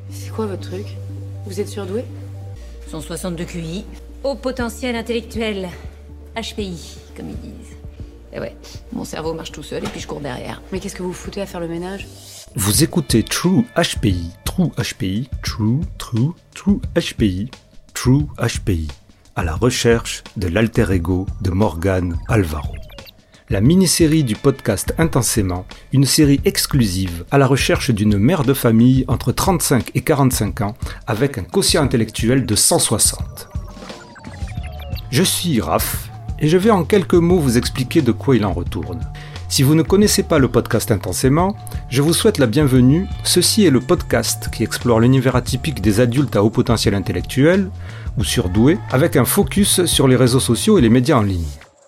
C'est quoi votre truc? Vous êtes surdoué? 162 QI, haut potentiel intellectuel, HPI, comme ils disent. Et ouais, mon cerveau marche tout seul et puis je cours derrière. Mais qu'est-ce que vous foutez à faire le ménage? Vous écoutez True HPI, True HPI, True HPI, True HPI, à la recherche de l'alter ego de Morgane Alvaro. La mini-série du podcast Intensément, une série exclusive à la recherche d'une mère de famille entre 35 et 45 ans avec un quotient intellectuel de 160. Je suis Raph et je vais en quelques mots vous expliquer de quoi il en retourne. Si vous ne connaissez pas le podcast Intensément, je vous souhaite la bienvenue. Ceci est le podcast qui explore l'univers atypique des adultes à haut potentiel intellectuel ou surdoués avec un focus sur les réseaux sociaux et les médias en ligne.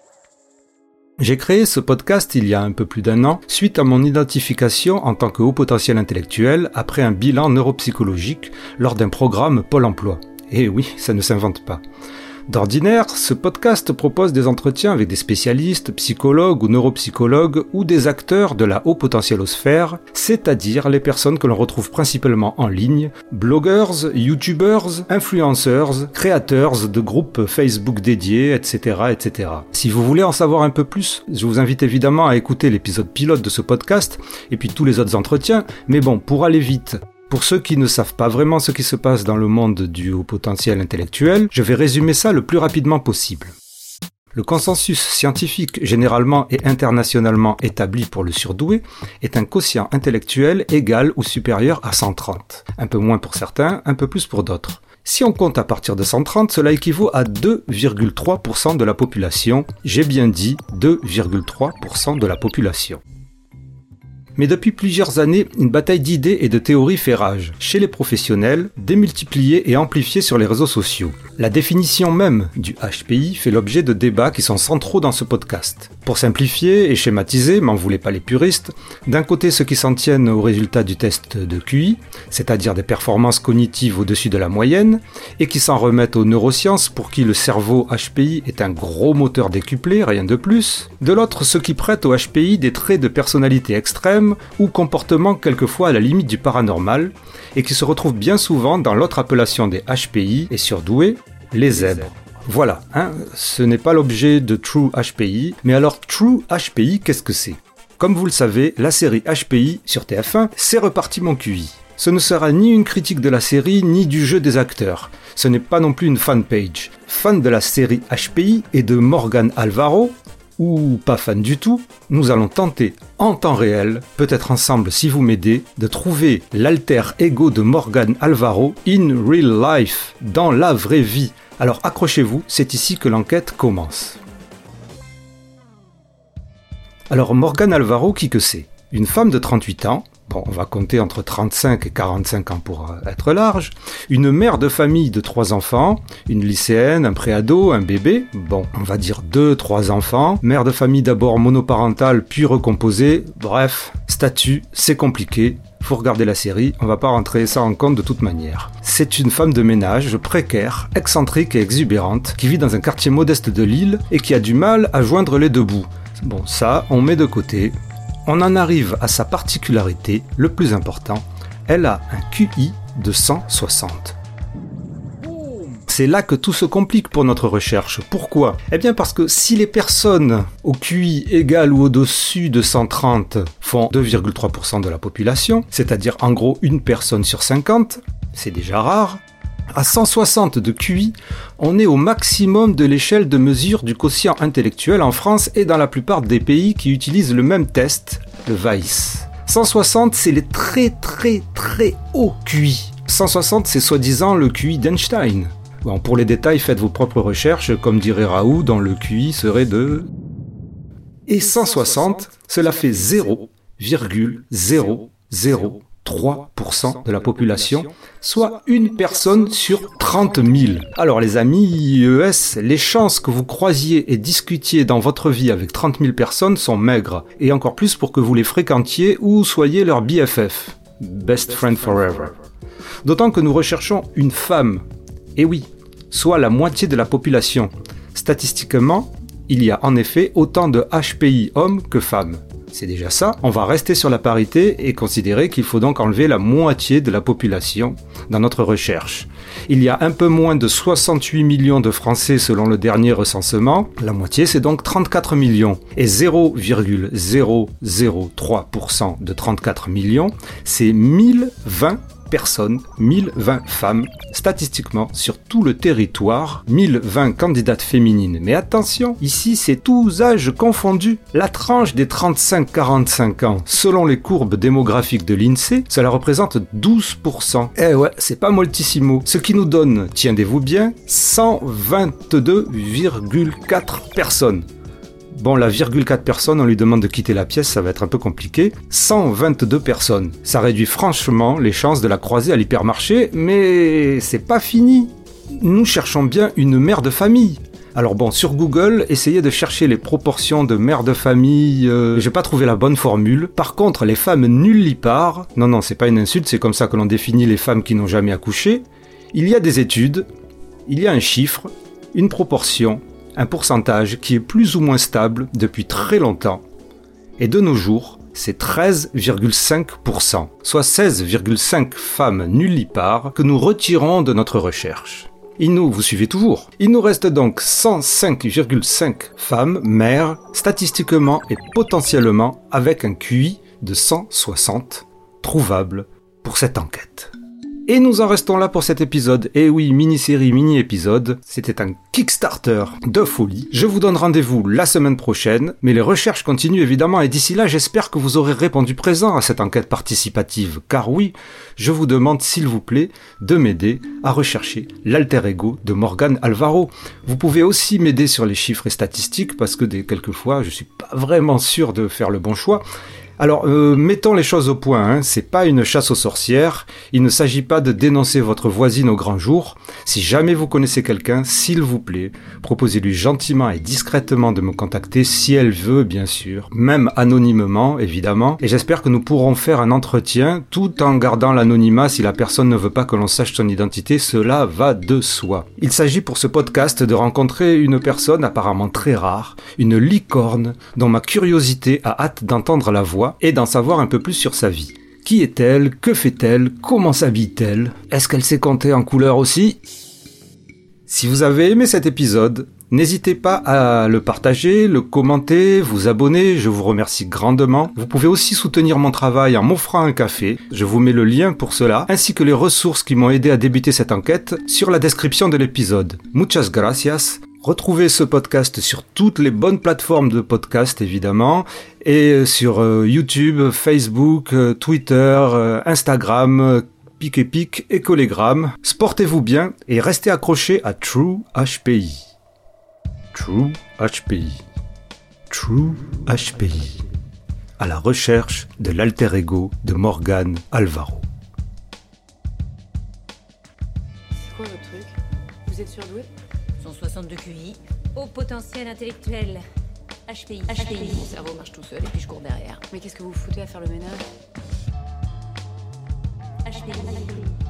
J'ai créé ce podcast il y a un peu plus d'1 an suite à mon identification en tant que haut potentiel intellectuel après un bilan neuropsychologique lors d'un programme Pôle emploi. Et oui, ça ne s'invente pas. D'ordinaire, ce podcast propose des entretiens avec des spécialistes, psychologues ou neuropsychologues ou des acteurs de la haut potentielosphère, c'est-à-dire les personnes que l'on retrouve principalement en ligne, blogueurs, youtubeurs, influenceurs, créateurs de groupes Facebook dédiés, etc., etc. Si vous voulez en savoir un peu plus, je vous invite évidemment à écouter l'épisode pilote de ce podcast et puis tous les autres entretiens, mais bon, pour aller vite, pour ceux qui ne savent pas vraiment ce qui se passe dans le monde du haut potentiel intellectuel, je vais résumer ça le plus rapidement possible. Le consensus scientifique généralement et internationalement établi pour le surdoué est un quotient intellectuel égal ou supérieur à 130. Un peu moins pour certains, un peu plus pour d'autres. Si on compte à partir de 130, cela équivaut à 2,3% de la population. J'ai bien dit 2,3% de la population. Mais depuis plusieurs années, une bataille d'idées et de théories fait rage, chez les professionnels, démultipliée et amplifiée sur les réseaux sociaux. La définition même du HPI fait l'objet de débats qui sont centraux dans ce podcast. Pour simplifier et schématiser, m'en voulez pas les puristes, d'un côté ceux qui s'en tiennent aux résultats du test de QI, c'est-à-dire des performances cognitives au-dessus de la moyenne, et qui s'en remettent aux neurosciences pour qui le cerveau HPI est un gros moteur décuplé, rien de plus. De l'autre, ceux qui prêtent au HPI des traits de personnalité extrême ou comportements quelquefois à la limite du paranormal, et qui se retrouvent bien souvent dans l'autre appellation des HPI et surdoués, les zèbres. Voilà, ce n'est pas l'objet de True HPI, mais alors True HPI, qu'est-ce que c'est? Comme vous le savez, la série HPI sur TF1, c'est reparti mon QI. Ce ne sera ni une critique de la série, ni du jeu des acteurs. Ce n'est pas non plus une fanpage. Fan de la série HPI et de Morgane Alvaro, ou pas fan du tout, nous allons tenter, en temps réel, peut-être ensemble si vous m'aidez, de trouver l'alter ego de Morgane Alvaro in real life, dans la vraie vie. Alors accrochez-vous, c'est ici que l'enquête commence. Alors Morgane Alvaro, qui que c'est? Une femme de 38 ans, bon, on va compter entre 35 et 45 ans pour être large, une mère de famille de 3 enfants, une lycéenne, un préado, un bébé, bon, on va dire 2-3 enfants, mère de famille d'abord monoparentale puis recomposée, bref, statut, c'est compliqué, faut regarder la série, on va pas rentrer ça en compte de toute manière. C'est une femme de ménage précaire, excentrique et exubérante, qui vit dans un quartier modeste de Lille et qui a du mal à joindre les deux bouts. Bon, ça, on met de côté. On en arrive à sa particularité, le plus important, elle a un QI de 160. C'est là que tout se complique pour notre recherche. Pourquoi? Eh bien parce que si les personnes au QI égal ou au-dessus de 130 font 2,3% de la population, c'est-à-dire en gros une personne sur 50, c'est déjà rare. À 160 de QI, on est au maximum de l'échelle de mesure du quotient intellectuel en France et dans la plupart des pays qui utilisent le même test, le VAIS. 160, c'est les très hauts QI. 160, c'est soi-disant le QI d'Einstein. Bon, pour les détails, faites vos propres recherches, comme dirait Raoult, dont le QI serait de... Et 160, cela fait 0,003% de la population, soit une personne sur 30 000. Alors les amis IES, les chances que vous croisiez et discutiez dans votre vie avec 30 000 personnes sont maigres, et encore plus pour que vous les fréquentiez ou soyez leur BFF, Best Friend Forever. D'autant que nous recherchons une femme, et oui, soit la moitié de la population. Statistiquement, il y a en effet autant de HPI hommes que femmes. C'est déjà ça. On va rester sur la parité et considérer qu'il faut donc enlever la moitié de la population dans notre recherche. Il y a un peu moins de 68 millions de Français selon le dernier recensement. La moitié, c'est donc 34 millions. Et 0,003% de 34 millions, c'est 1020 personnes, 1020 femmes, statistiquement sur tout le territoire, 1020 candidates féminines. Mais attention, ici c'est tous âges confondus. La tranche des 35-45 ans, selon les courbes démographiques de l'INSEE, cela représente 12%. Eh ouais, c'est pas moltissimo. Ce qui nous donne, tiendez-vous bien, 122,4 personnes. Bon, la virgule 4 personnes, on lui demande de quitter la pièce, ça va être un peu compliqué. 122 personnes. Ça réduit franchement les chances de la croiser à l'hypermarché, mais c'est pas fini. Nous cherchons bien une mère de famille. Alors bon, sur Google, essayez de chercher les proportions de mères de famille. J'ai pas trouvé la bonne formule. Par contre, les femmes nullipares, non, c'est pas une insulte, c'est comme ça que l'on définit les femmes qui n'ont jamais accouché. Il y a des études, il y a un chiffre, une proportion, un pourcentage qui est plus ou moins stable depuis très longtemps. Et de nos jours, c'est 13,5%, soit 16,5 femmes nullipares que nous retirons de notre recherche. Vous suivez toujours. Il nous reste donc 105,5 femmes mères, statistiquement et potentiellement avec un QI de 160, trouvables pour cette enquête. Et nous en restons là pour cet épisode. Et oui, mini-série, mini-épisode, c'était un Kickstarter de folie. Je vous donne rendez-vous la semaine prochaine, mais les recherches continuent évidemment, et d'ici là, j'espère que vous aurez répondu présent à cette enquête participative. Car oui, je vous demande, s'il vous plaît, de m'aider à rechercher l'alter ego de Morgan Alvaro. Vous pouvez aussi m'aider sur les chiffres et statistiques, parce que quelquefois, je suis pas vraiment sûr de faire le bon choix. Alors, mettons les choses au point, c'est pas une chasse aux sorcières, il ne s'agit pas de dénoncer votre voisine au grand jour. Si jamais vous connaissez quelqu'un, s'il vous plaît, proposez-lui gentiment et discrètement de me contacter, si elle veut, bien sûr, même anonymement, évidemment, et j'espère que nous pourrons faire un entretien, tout en gardant l'anonymat si la personne ne veut pas que l'on sache son identité, cela va de soi. Il s'agit pour ce podcast de rencontrer une personne apparemment très rare, une licorne, dont ma curiosité a hâte d'entendre la voix, et d'en savoir un peu plus sur sa vie. Qui est-elle? Que fait-elle? Comment s'habille-t-elle? Est-ce qu'elle sait compter en couleurs aussi? Si vous avez aimé cet épisode, n'hésitez pas à le partager, le commenter, vous abonner, je vous remercie grandement. Vous pouvez aussi soutenir mon travail en m'offrant un café, je vous mets le lien pour cela, ainsi que les ressources qui m'ont aidé à débuter cette enquête sur la description de l'épisode. Muchas gracias. Retrouvez ce podcast sur toutes les bonnes plateformes de podcast, évidemment, et sur YouTube, Facebook, Twitter, Instagram, PicPic et Collegram. Sportez-vous bien et restez accrochés à True HPI. True HPI. True HPI. À la recherche de l'alter ego de Morgan Alvaro. C'est quoi votre truc? Vous êtes surdoué? 162 QI, haut potentiel intellectuel, HPI. Mon cerveau marche tout seul et puis je cours derrière. Mais qu'est-ce que vous foutez à faire le ménage? HPI.